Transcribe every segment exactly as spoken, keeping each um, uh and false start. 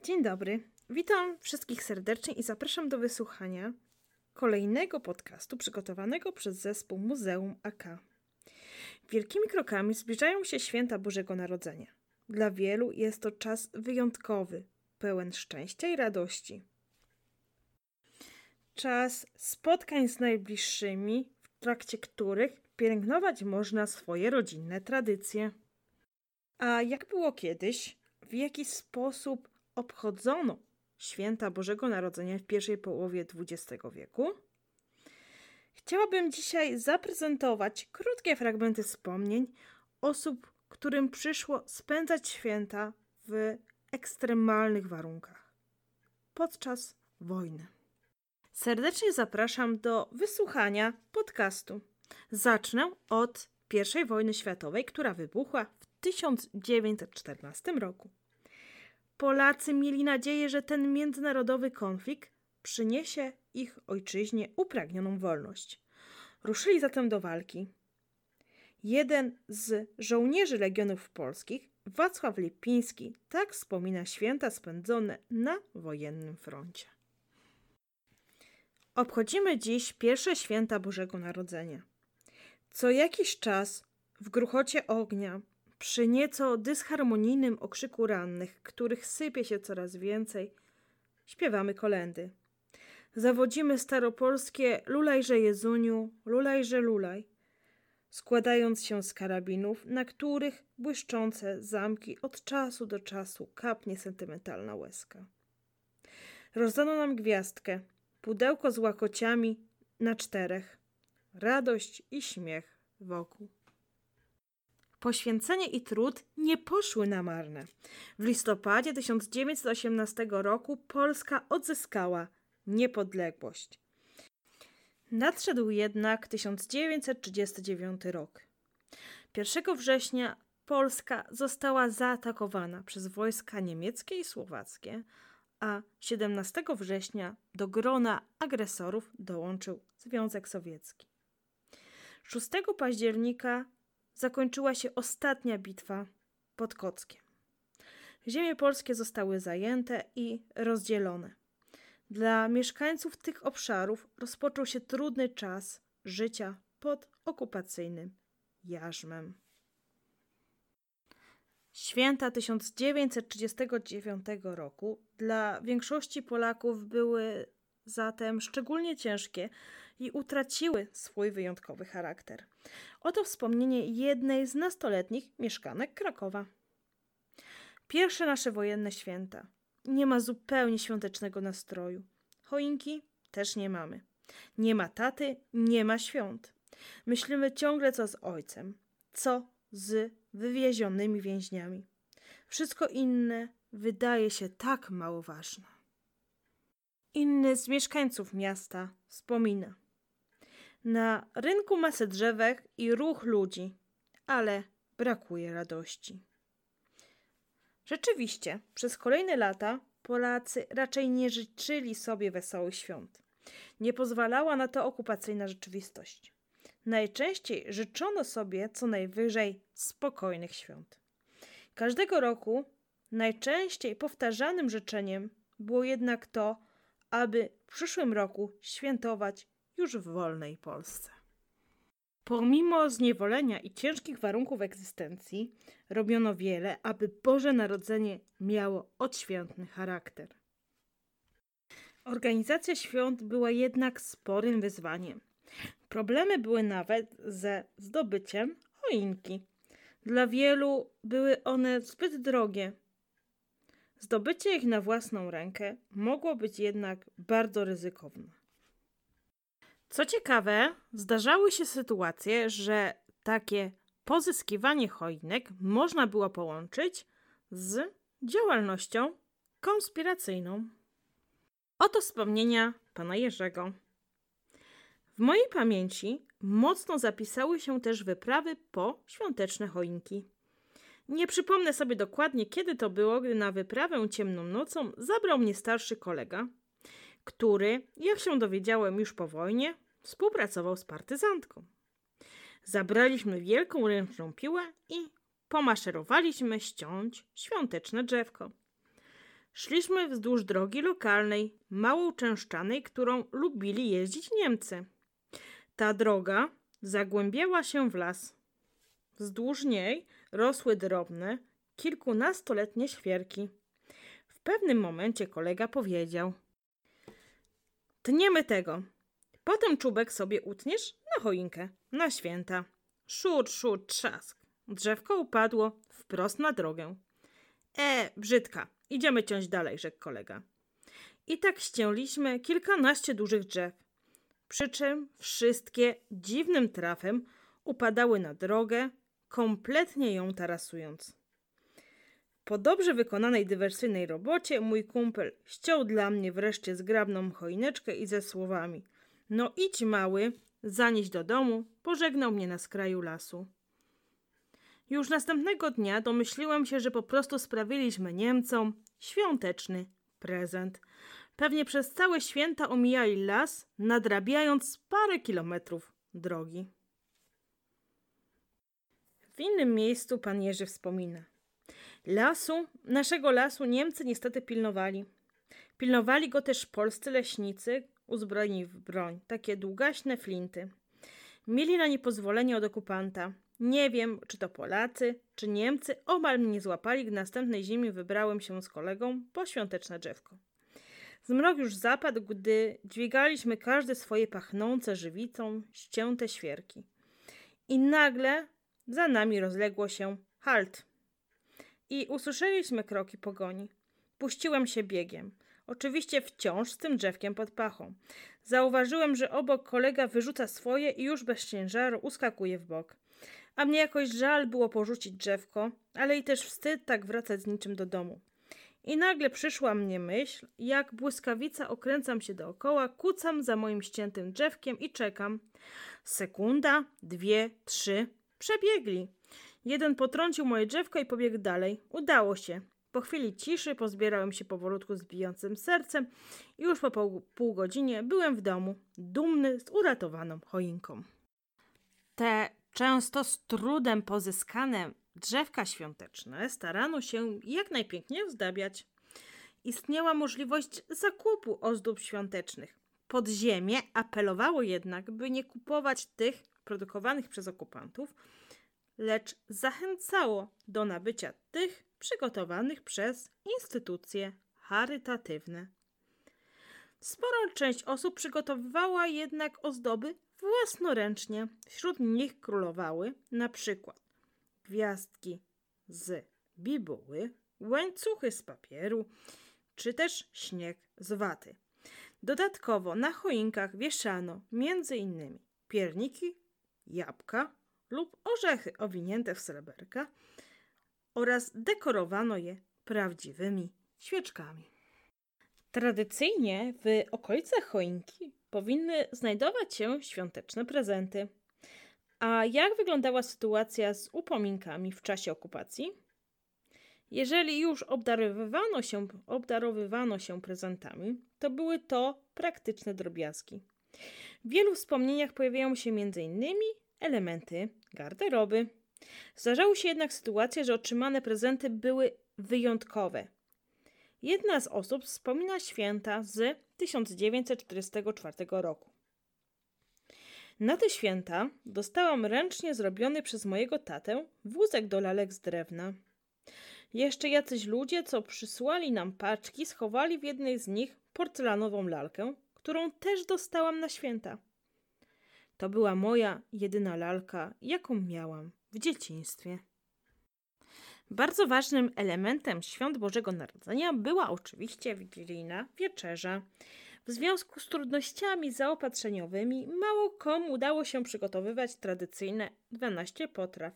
Dzień dobry, witam wszystkich serdecznie i zapraszam do wysłuchania kolejnego podcastu przygotowanego przez zespół Muzeum A K. Wielkimi krokami zbliżają się święta Bożego Narodzenia. Dla wielu jest to czas wyjątkowy, pełen szczęścia i radości. Czas spotkań z najbliższymi, w trakcie których pielęgnować można swoje rodzinne tradycje. A jak było kiedyś? W jaki sposób obchodzono święta Bożego Narodzenia w pierwszej połowie dwudziestego wieku? Chciałabym dzisiaj zaprezentować krótkie fragmenty wspomnień osób, którym przyszło spędzać święta w ekstremalnych warunkach podczas wojny. Serdecznie zapraszam do wysłuchania podcastu. Zacznę od pierwszej wojny światowej, która wybuchła w tysiąc dziewięćset czternastym roku. Polacy mieli nadzieję, że ten międzynarodowy konflikt przyniesie ich ojczyźnie upragnioną wolność. Ruszyli zatem do walki. Jeden z żołnierzy Legionów Polskich, Wacław Lipiński, tak wspomina święta spędzone na wojennym froncie. Obchodzimy dziś pierwsze święta Bożego Narodzenia. Co jakiś czas w gruchocie ognia, przy nieco dysharmonijnym okrzyku rannych, których sypie się coraz więcej, śpiewamy kolędy. Zawodzimy staropolskie lulajże Jezuniu, lulajże lulaj, składając się z karabinów, na których błyszczące zamki od czasu do czasu kapnie sentymentalna łezka. Rozdano nam gwiazdkę, pudełko z łakociami na czterech, radość i śmiech wokół. Poświęcenie i trud nie poszły na marne. W listopadzie tysiąc dziewięćset osiemnastego roku Polska odzyskała niepodległość. Nadszedł jednak tysiąc dziewięćset trzydziesty dziewiąty rok. pierwszego września Polska została zaatakowana przez wojska niemieckie i słowackie, a siedemnastego września do grona agresorów dołączył Związek Sowiecki. szóstego października zakończyła się ostatnia bitwa pod Kockiem. Ziemie polskie zostały zajęte i rozdzielone. Dla mieszkańców tych obszarów rozpoczął się trudny czas życia pod okupacyjnym jarzmem. Święta tysiąc dziewięćset trzydziestego dziewiątego roku dla większości Polaków były zatem szczególnie ciężkie i utraciły swój wyjątkowy charakter. Oto wspomnienie jednej z nastoletnich mieszkanek Krakowa. Pierwsze nasze wojenne święta. Nie ma zupełnie świątecznego nastroju. Choinki też nie mamy. Nie ma taty, nie ma świąt. Myślimy ciągle co z ojcem, co z wywiezionymi więźniami. Wszystko inne wydaje się tak mało ważne. Inny z mieszkańców miasta wspomina. Na rynku masy drzewek i ruch ludzi, ale brakuje radości. Rzeczywiście, przez kolejne lata Polacy raczej nie życzyli sobie wesołych świąt. Nie pozwalała na to okupacyjna rzeczywistość. Najczęściej życzono sobie co najwyżej spokojnych świąt. Każdego roku najczęściej powtarzanym życzeniem było jednak to, aby w przyszłym roku świętować już w wolnej Polsce. Pomimo zniewolenia i ciężkich warunków egzystencji robiono wiele, aby Boże Narodzenie miało odświętny charakter. Organizacja świąt była jednak sporym wyzwaniem. Problemy były nawet ze zdobyciem choinki. Dla wielu były one zbyt drogie. Zdobycie ich na własną rękę mogło być jednak bardzo ryzykowne. Co ciekawe, zdarzały się sytuacje, że takie pozyskiwanie choinek można było połączyć z działalnością konspiracyjną. Oto wspomnienia pana Jerzego. W mojej pamięci mocno zapisały się też wyprawy po świąteczne choinki. Nie przypomnę sobie dokładnie, kiedy to było, gdy na wyprawę ciemną nocą zabrał mnie starszy kolega, który, jak się dowiedziałem już po wojnie, współpracował z partyzantką. Zabraliśmy wielką ręczną piłę i pomaszerowaliśmy ściąć świąteczne drzewko. Szliśmy wzdłuż drogi lokalnej, mało uczęszczanej, którą lubili jeździć Niemcy. Ta droga zagłębiała się w las. Wzdłuż niej rosły drobne, kilkunastoletnie świerki. W pewnym momencie kolega powiedział: tniemy tego. Potem czubek sobie utniesz na choinkę, na święta. Szur, szur, trzask. Drzewko upadło wprost na drogę. E, brzydka, idziemy ciąć dalej, rzekł kolega. I tak ścięliśmy kilkanaście dużych drzew, przy czym wszystkie dziwnym trafem upadały na drogę, kompletnie ją tarasując. Po dobrze wykonanej dywersyjnej robocie mój kumpel ściął dla mnie wreszcie zgrabną choineczkę i ze słowami: no idź mały, zanieś do domu, pożegnał mnie na skraju lasu. Już następnego dnia domyśliłem się, że po prostu sprawiliśmy Niemcom świąteczny prezent. Pewnie przez całe święta omijali las, nadrabiając parę kilometrów drogi. W innym miejscu pan Jerzy wspomina: lasu, naszego lasu Niemcy niestety pilnowali. Pilnowali go też polscy leśnicy uzbrojeni w broń, takie długaśne flinty. Mieli na nie pozwolenie od okupanta. Nie wiem, czy to Polacy, czy Niemcy, omal mnie złapali, gdy następnej zimy wybrałem się z kolegą po świąteczne drzewko. Zmrok już zapadł, gdy dźwigaliśmy każdy swoje pachnące żywicą ścięte świerki. I nagle za nami rozległo się halt. I usłyszeliśmy kroki pogoni. Puściłem się biegiem. Oczywiście wciąż z tym drzewkiem pod pachą. Zauważyłem, że obok kolega wyrzuca swoje i już bez ciężaru uskakuje w bok. A mnie jakoś żal było porzucić drzewko, ale i też wstyd tak wracać z niczym do domu. I nagle przyszła mnie myśl, jak błyskawica okręcam się dookoła, kucam za moim ściętym drzewkiem i czekam. Sekunda, dwie, trzy. Przebiegli. Jeden potrącił moje drzewko i pobiegł dalej. Udało się. Po chwili ciszy pozbierałem się powolutku z bijącym sercem i już po pół, pół godzinie byłem w domu, dumny z uratowaną choinką. Te często z trudem pozyskane drzewka świąteczne starano się jak najpiękniej ozdabiać. Istniała możliwość zakupu ozdób świątecznych. Podziemie apelowało jednak, by nie kupować tych produkowanych przez okupantów, lecz zachęcało do nabycia tych przygotowanych przez instytucje charytatywne. Spora część osób przygotowywała jednak ozdoby własnoręcznie. Wśród nich królowały na przykład gwiazdki z bibuły, łańcuchy z papieru, czy też śnieg z waty. Dodatkowo na choinkach wieszano między innymi pierniki, jabłka lub orzechy owinięte w sreberka oraz dekorowano je prawdziwymi świeczkami. Tradycyjnie w okolicach choinki powinny znajdować się świąteczne prezenty. A jak wyglądała sytuacja z upominkami w czasie okupacji? Jeżeli już obdarowywano się, obdarowywano się prezentami, to były to praktyczne drobiazgi. W wielu wspomnieniach pojawiają się między innymi elementy garderoby. Zdarzały się jednak sytuacje, że otrzymane prezenty były wyjątkowe. Jedna z osób wspomina święta z tysiąc dziewięćset czterdziestego czwartego roku. Na te święta dostałam ręcznie zrobiony przez mojego tatę wózek do lalek z drewna. Jeszcze jacyś ludzie, co przysłali nam paczki, schowali w jednej z nich porcelanową lalkę, którą też dostałam na święta. To była moja jedyna lalka, jaką miałam w dzieciństwie. Bardzo ważnym elementem świąt Bożego Narodzenia była oczywiście wigilijna wieczerza. W związku z trudnościami zaopatrzeniowymi mało komu udało się przygotowywać tradycyjne dwanaście potraw.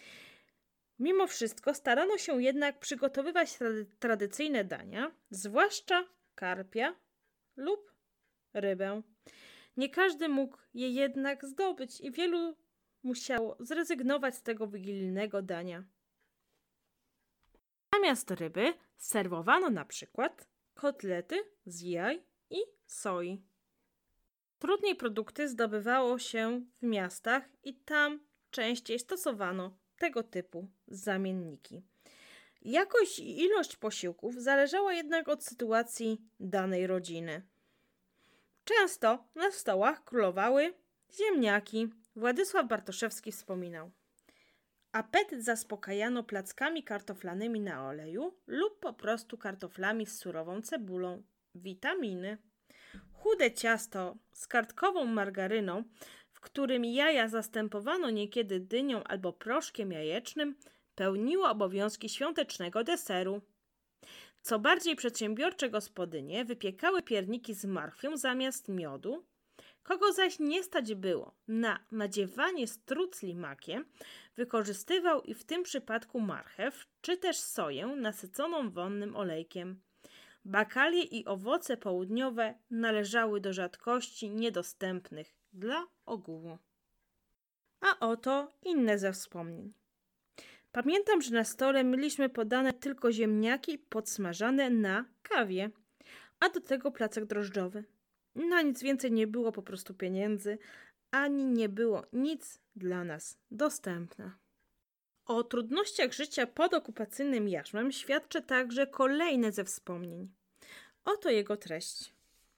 Mimo wszystko starano się jednak przygotowywać trady- tradycyjne dania, zwłaszcza karpia lub rybę. Nie każdy mógł je jednak zdobyć i wielu musiało zrezygnować z tego wigilijnego dania. Zamiast ryby serwowano na przykład kotlety z jaj i soi. Trudniej produkty zdobywało się w miastach i tam częściej stosowano tego typu zamienniki. Jakość i ilość posiłków zależała jednak od sytuacji danej rodziny. Często na stołach królowały ziemniaki. Władysław Bartoszewski wspominał: apetyt zaspokajano plackami kartoflanymi na oleju lub po prostu kartoflami z surową cebulą. Witaminy. Chude ciasto z kartkową margaryną, w którym jaja zastępowano niekiedy dynią albo proszkiem jajecznym, pełniło obowiązki świątecznego deseru. Co bardziej przedsiębiorcze gospodynie wypiekały pierniki z marchwią zamiast miodu. Kogo zaś nie stać było na nadziewanie strucli makiem, wykorzystywał i w tym przypadku marchew, czy też soję nasyconą wonnym olejkiem. Bakalie i owoce południowe należały do rzadkości niedostępnych dla ogółu. A oto inne ze wspomnień. Pamiętam, że na stole mieliśmy podane tylko ziemniaki podsmażane na kawie, a do tego placek drożdżowy. Na nic więcej nie było po prostu pieniędzy, ani nie było nic dla nas dostępne. O trudnościach życia pod okupacyjnym jarzmem świadczy także kolejne ze wspomnień. Oto jego treść.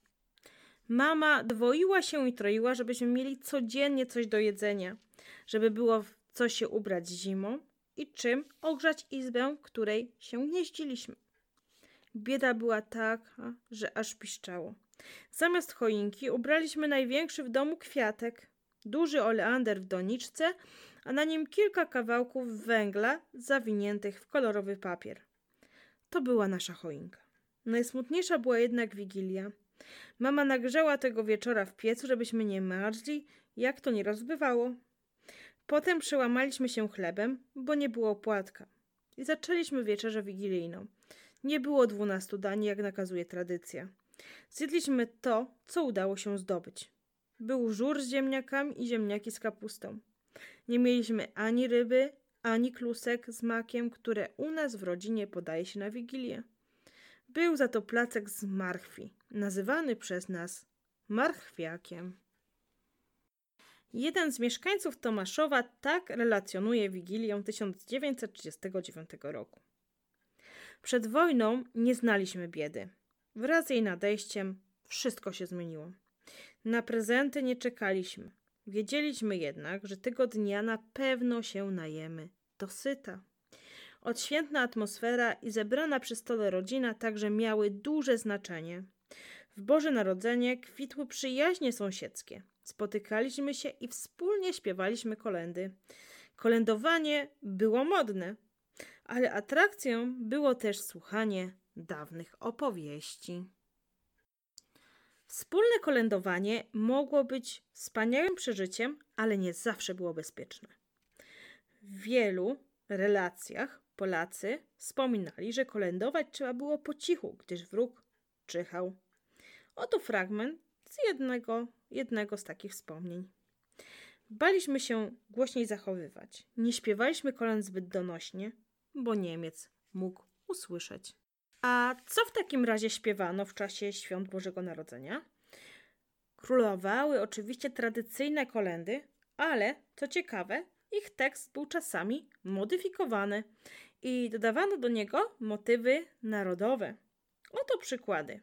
Mama dwoiła się i troiła, żebyśmy mieli codziennie coś do jedzenia, żeby było w co się ubrać zimą i czym ogrzać izbę, w której się gnieździliśmy. Bieda była taka, że aż piszczało. Zamiast choinki ubraliśmy największy w domu kwiatek, duży oleander w doniczce, a na nim kilka kawałków węgla zawiniętych w kolorowy papier. To była nasza choinka. Najsmutniejsza była jednak Wigilia. Mama nagrzała tego wieczora w piecu, żebyśmy nie marzli, jak to nieraz bywało. Potem przełamaliśmy się chlebem, bo nie było opłatka. I zaczęliśmy wieczerzę wigilijną. Nie było dwunastu dań, jak nakazuje tradycja. Zjedliśmy to, co udało się zdobyć. Był żur z ziemniakami i ziemniaki z kapustą. Nie mieliśmy ani ryby, ani klusek z makiem, które u nas w rodzinie podaje się na Wigilię. Był za to placek z marchwi, nazywany przez nas marchwiakiem. Jeden z mieszkańców Tomaszowa tak relacjonuje Wigilię tysiąc dziewięćset trzydziestego dziewiątego roku. Przed wojną nie znaliśmy biedy. Wraz z jej nadejściem wszystko się zmieniło. Na prezenty nie czekaliśmy. Wiedzieliśmy jednak, że tego dnia na pewno się najemy dosyta. Odświętna atmosfera i zebrana przy stole rodzina także miały duże znaczenie. W Boże Narodzenie kwitły przyjaźnie sąsiedzkie. Spotykaliśmy się i wspólnie śpiewaliśmy kolędy. Kolędowanie było modne, ale atrakcją było też słuchanie dawnych opowieści. Wspólne kolędowanie mogło być wspaniałym przeżyciem, ale nie zawsze było bezpieczne. W wielu relacjach Polacy wspominali, że kolędować trzeba było po cichu, gdyż wróg czyhał. Oto fragment z jednego, jednego z takich wspomnień. Baliśmy się głośniej zachowywać. Nie śpiewaliśmy kolęd zbyt donośnie, bo Niemiec mógł usłyszeć. A co w takim razie śpiewano w czasie świąt Bożego Narodzenia? Królowały oczywiście tradycyjne kolędy, ale co ciekawe, ich tekst był czasami modyfikowany i dodawano do niego motywy narodowe. Oto przykłady.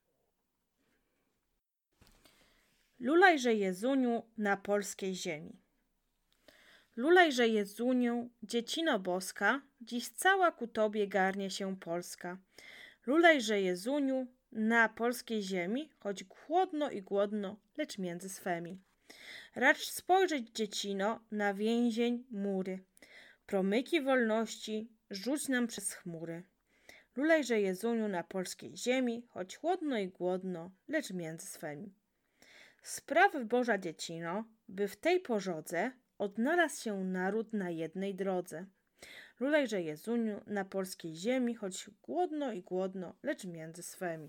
Lulajże Jezuniu na polskiej ziemi. Lulajże Jezuniu, dziecino boska, dziś cała ku tobie garnie się Polska. Lulajże Jezuniu na polskiej ziemi, choć chłodno i głodno, lecz między swemi. Racz spojrzeć, dziecino, na więzień mury. Promyki wolności rzuć nam przez chmury. Lulajże Jezuniu na polskiej ziemi, choć chłodno i głodno, lecz między swemi. Spraw Boża dziecino, by w tej pożodze odnalazł się naród na jednej drodze. Lulajże Jezuniu na polskiej ziemi, choć głodno i głodno, lecz między swemi.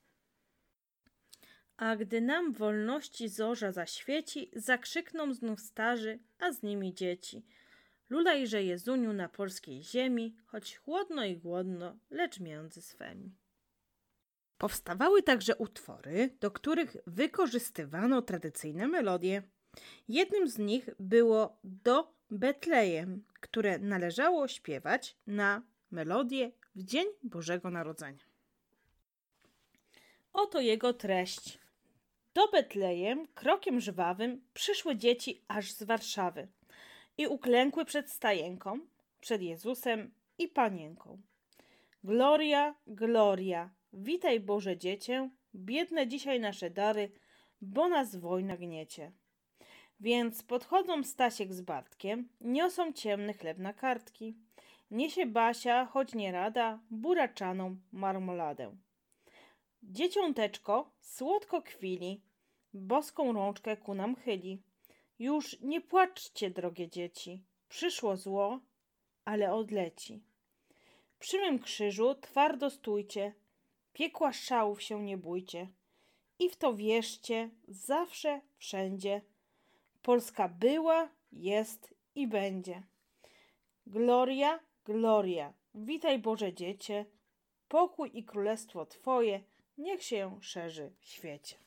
A gdy nam wolności zorza zaświeci, zakrzykną znów starzy, a z nimi dzieci. Lulajże Jezuniu na polskiej ziemi, choć chłodno i głodno, lecz między swemi. Powstawały także utwory, do których wykorzystywano tradycyjne melodie. Jednym z nich było Do Betlejem, które należało śpiewać na melodię w Dzień Bożego Narodzenia. Oto jego treść. Do Betlejem krokiem żwawym przyszły dzieci aż z Warszawy i uklękły przed stajenką, przed Jezusem i Panienką. Gloria, gloria, witaj Boże Dziecię, biedne dzisiaj nasze dary, bo nas wojna gniecie. Więc podchodzą Stasiek z Bartkiem, niosą ciemny chleb na kartki. Niesie Basia, choć nie rada, buraczaną marmoladę. Dzieciąteczko słodko kwili, boską rączkę ku nam chyli. Już nie płaczcie, drogie dzieci, przyszło zło, ale odleci. Przy mym krzyżu twardo stójcie, piekła szałów się nie bójcie. I w to wierzcie zawsze, wszędzie. Polska była, jest i będzie. Gloria, gloria, witaj Boże Dziecię, pokój i królestwo Twoje niech się szerzy w świecie.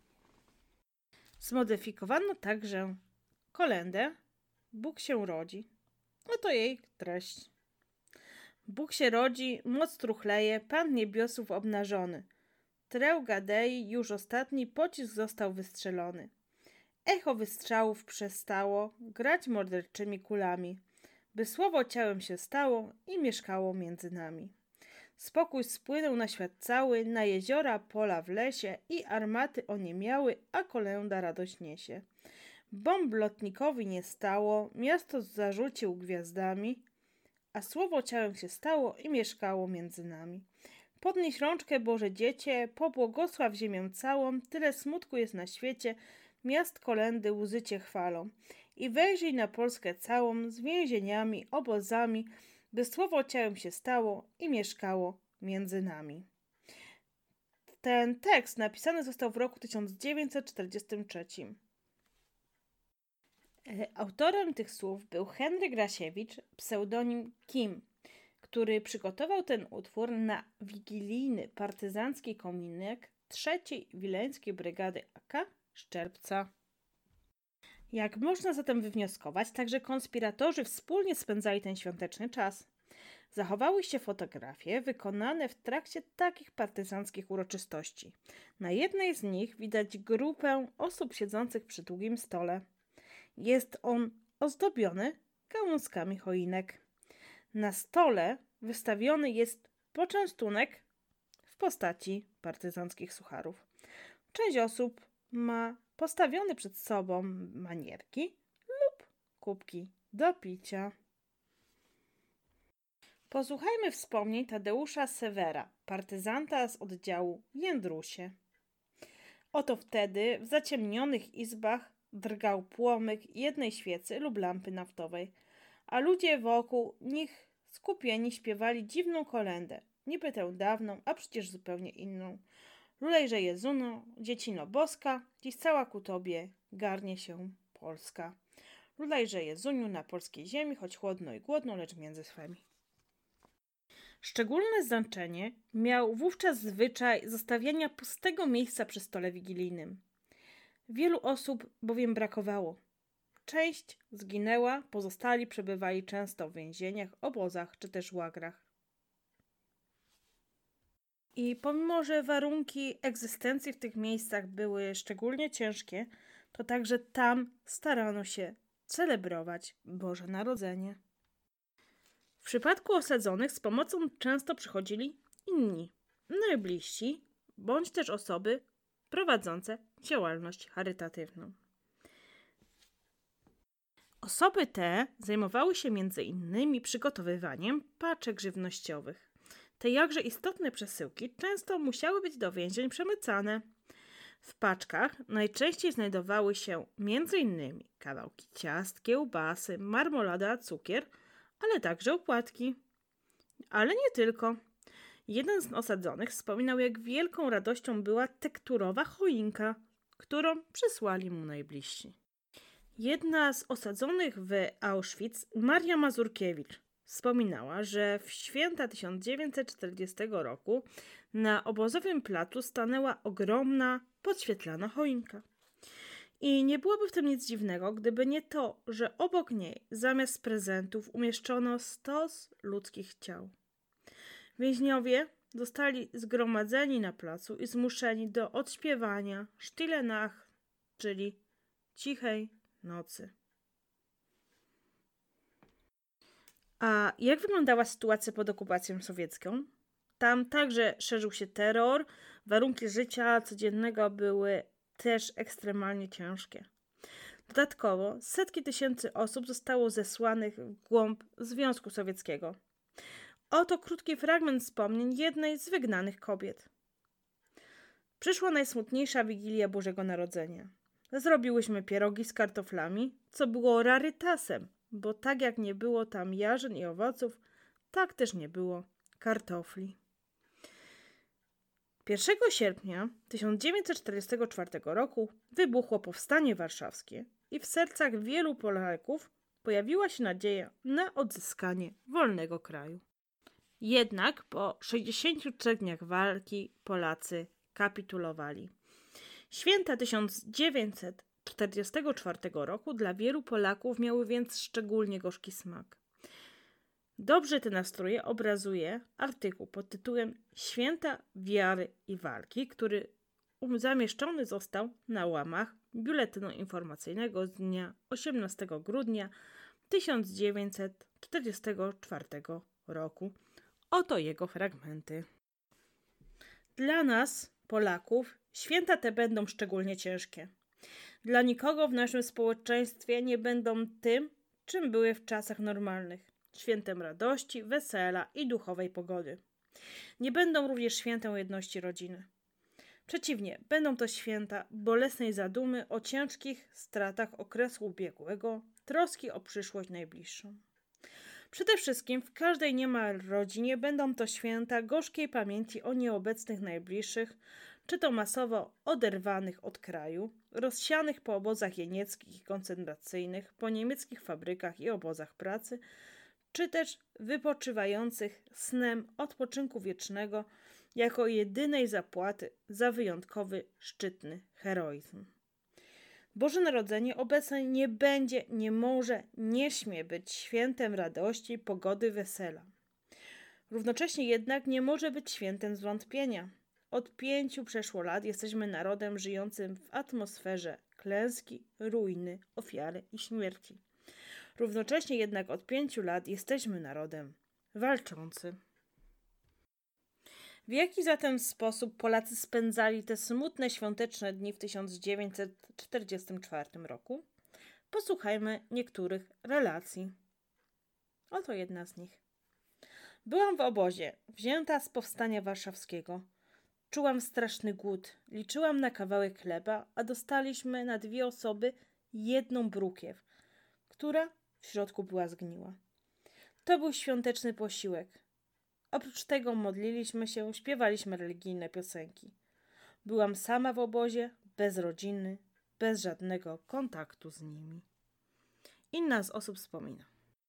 Zmodyfikowano także kolędę Bóg się rodzi. Oto jej treść. Bóg się rodzi, moc truchleje, Pan niebiosów obnażony. Trę Gadei już ostatni pocisk został wystrzelony. Echo wystrzałów przestało grać morderczymi kulami, by słowo ciałem się stało i mieszkało między nami. Spokój spłynął na świat cały, na jeziora, pola w lesie i armaty oniemiały, a kolęda radość niesie. Bomb lotnikowi nie stało, miasto zarzucił gwiazdami, a słowo ciałem się stało i mieszkało między nami. Podnieś rączkę, Boże Dziecię, pobłogosław ziemię całą, tyle smutku jest na świecie, miast kolędy łzy cię chwalą. I wejrzyj na Polskę całą, z więzieniami, obozami, by słowo ciałem się stało i mieszkało między nami. Ten tekst napisany został w roku tysiąc dziewięćset czterdziestym trzecim. Autorem tych słów był Henryk Rasiewicz, pseudonim Kim, który przygotował ten utwór na wigilijny partyzancki kominek trzeciej Wileńskiej Brygady A K z czerwca. Jak można zatem wywnioskować, także konspiratorzy wspólnie spędzali ten świąteczny czas. Zachowały się fotografie wykonane w trakcie takich partyzanckich uroczystości. Na jednej z nich widać grupę osób siedzących przy długim stole. Jest on ozdobiony gałązkami choinek. Na stole wystawiony jest poczęstunek w postaci partyzanckich sucharów. Część osób ma postawione przed sobą manierki lub kubki do picia. Posłuchajmy wspomnień Tadeusza Sewera, partyzanta z oddziału Jędrusie. Oto wtedy w zaciemnionych izbach drgał płomyk jednej świecy lub lampy naftowej, a ludzie wokół nich skupieni śpiewali dziwną kolędę, niby tę dawną, a przecież zupełnie inną. Lulejże Jezuno, dziecino boska, dziś cała ku Tobie garnie się Polska. Lulejże Jezuniu na polskiej ziemi, choć chłodno i głodno, lecz między swemi. Szczególne znaczenie miał wówczas zwyczaj zostawiania pustego miejsca przy stole wigilijnym. Wielu osób bowiem brakowało. Część zginęła, pozostali przebywali często w więzieniach, obozach czy też łagrach. I pomimo, że warunki egzystencji w tych miejscach były szczególnie ciężkie, to także tam starano się celebrować Boże Narodzenie. W przypadku osadzonych z pomocą często przychodzili inni, najbliżsi, bądź też osoby prowadzące działalność charytatywną. Osoby te zajmowały się między innymi przygotowywaniem paczek żywnościowych. Te jakże istotne przesyłki często musiały być do więzień przemycane. W paczkach najczęściej znajdowały się między innymi kawałki ciast, kiełbasy, marmolada, cukier, ale także opłatki. Ale nie tylko. Jeden z osadzonych wspominał, jak wielką radością była tekturowa choinka, którą przysłali mu najbliżsi. Jedna z osadzonych w Auschwitz, Maria Mazurkiewicz, wspominała, że w święta tysiąc dziewięćset czterdziestego roku na obozowym placu stanęła ogromna, podświetlana choinka. I nie byłoby w tym nic dziwnego, gdyby nie to, że obok niej zamiast prezentów umieszczono stos ludzkich ciał. Więźniowie zostali zgromadzeni na placu i zmuszeni do odśpiewania Stille Nacht, czyli cichej nocy. A jak wyglądała sytuacja pod okupacją sowiecką? Tam także szerzył się terror, warunki życia codziennego były też ekstremalnie ciężkie. Dodatkowo setki tysięcy osób zostało zesłanych w głąb Związku Sowieckiego. Oto krótki fragment wspomnień jednej z wygnanych kobiet. Przyszła najsmutniejsza Wigilia Bożego Narodzenia. Zrobiłyśmy pierogi z kartoflami, co było rarytasem, bo tak jak nie było tam jarzyn i owoców, tak też nie było kartofli. pierwszego sierpnia tysiąc dziewięćset czterdziestego czwartego roku wybuchło Powstanie Warszawskie i w sercach wielu Polaków pojawiła się nadzieja na odzyskanie wolnego kraju. Jednak po sześćdziesięciu trzech dniach walki Polacy kapitulowali. Święta tysiąc dziewięćset czterdziestego czwartego roku dla wielu Polaków miały więc szczególnie gorzki smak. Dobrze te nastroje obrazuje artykuł pod tytułem Święta Wiary i Walki, który zamieszczony został na łamach Biuletynu Informacyjnego z dnia osiemnastego grudnia tysiąc dziewięćset czterdziestego czwartego roku. Oto jego fragmenty. Dla nas, Polaków, święta te będą szczególnie ciężkie. Dla nikogo w naszym społeczeństwie nie będą tym, czym były w czasach normalnych. Świętem radości, wesela i duchowej pogody. Nie będą również świętem jedności rodziny. Przeciwnie, będą to święta bolesnej zadumy o ciężkich stratach okresu ubiegłego, troski o przyszłość najbliższą. Przede wszystkim w każdej niemal rodzinie będą to święta gorzkiej pamięci o nieobecnych najbliższych, czy to masowo oderwanych od kraju, rozsianych po obozach jenieckich i koncentracyjnych, po niemieckich fabrykach i obozach pracy, czy też wypoczywających snem odpoczynku wiecznego jako jedynej zapłaty za wyjątkowy, szczytny heroizm. Boże Narodzenie obecne nie będzie, nie może, nie śmie być świętem radości, pogody, wesela. Równocześnie jednak nie może być świętem zwątpienia. Od pięciu przeszło lat jesteśmy narodem żyjącym w atmosferze klęski, ruiny, ofiary i śmierci. Równocześnie jednak od pięciu lat jesteśmy narodem walczący. W jaki zatem sposób Polacy spędzali te smutne świąteczne dni w tysiąc dziewięćset czterdziestym czwartym roku? Posłuchajmy niektórych relacji. Oto jedna z nich. Byłam w obozie, wzięta z powstania warszawskiego. Czułam straszny głód, liczyłam na kawałek chleba, a dostaliśmy na dwie osoby jedną brukiew, która w środku była zgniła. To był świąteczny posiłek. Oprócz tego modliliśmy się, śpiewaliśmy religijne piosenki. Byłam sama w obozie, bez rodziny, bez żadnego kontaktu z nimi. Inna z osób wspomina.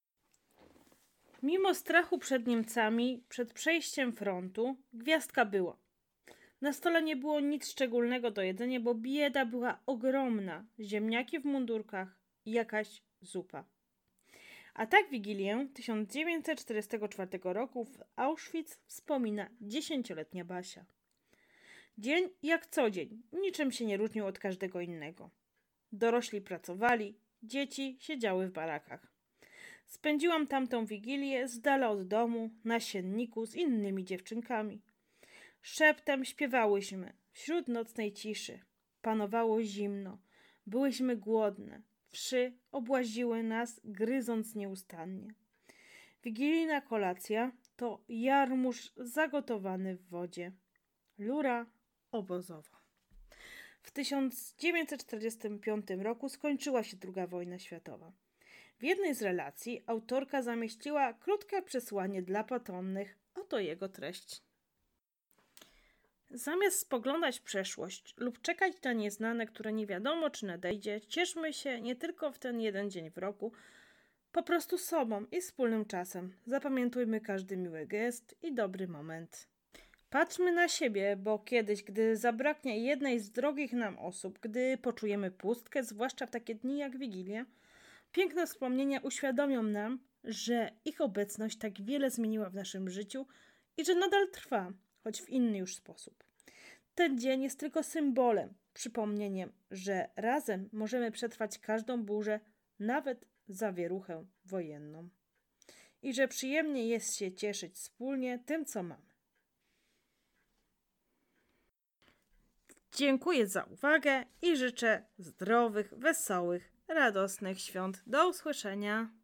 Mimo strachu przed Niemcami, przed przejściem frontu, gwiazdka była. Na stole nie było nic szczególnego do jedzenia, bo bieda była ogromna. Ziemniaki w mundurkach i jakaś zupa. A tak Wigilię tysiąc dziewięćset czterdziestego czwartego roku w Auschwitz wspomina dziesięcioletnia Basia. Dzień jak co dzień, niczym się nie różnił od każdego innego. Dorośli pracowali, dzieci siedziały w barakach. Spędziłam tamtą Wigilię z dala od domu, na sienniku z innymi dziewczynkami. Szeptem śpiewałyśmy wśród nocnej ciszy. Panowało zimno, byłyśmy głodne. Wszy obłaziły nas, gryząc nieustannie. Wigilijna kolacja to jarmuż zagotowany w wodzie. Lura obozowa. W tysiąc dziewięćset czterdziestym piątym roku skończyła się druga wojna światowa. W jednej z relacji autorka zamieściła krótkie przesłanie dla potomnych. Oto jego treść. Zamiast spoglądać w przeszłość lub czekać na nieznane, które nie wiadomo czy nadejdzie, cieszmy się nie tylko w ten jeden dzień w roku, po prostu sobą i wspólnym czasem. Zapamiętujmy każdy miły gest i dobry moment. Patrzmy na siebie, bo kiedyś, gdy zabraknie jednej z drogich nam osób, gdy poczujemy pustkę, zwłaszcza w takie dni jak Wigilia, piękne wspomnienia uświadomią nam, że ich obecność tak wiele zmieniła w naszym życiu i że nadal trwa, choć w inny już sposób. Ten dzień jest tylko symbolem, przypomnieniem, że razem możemy przetrwać każdą burzę, nawet zawieruchę wojenną. I że przyjemnie jest się cieszyć wspólnie tym, co mamy. Dziękuję za uwagę i życzę zdrowych, wesołych, radosnych świąt. Do usłyszenia.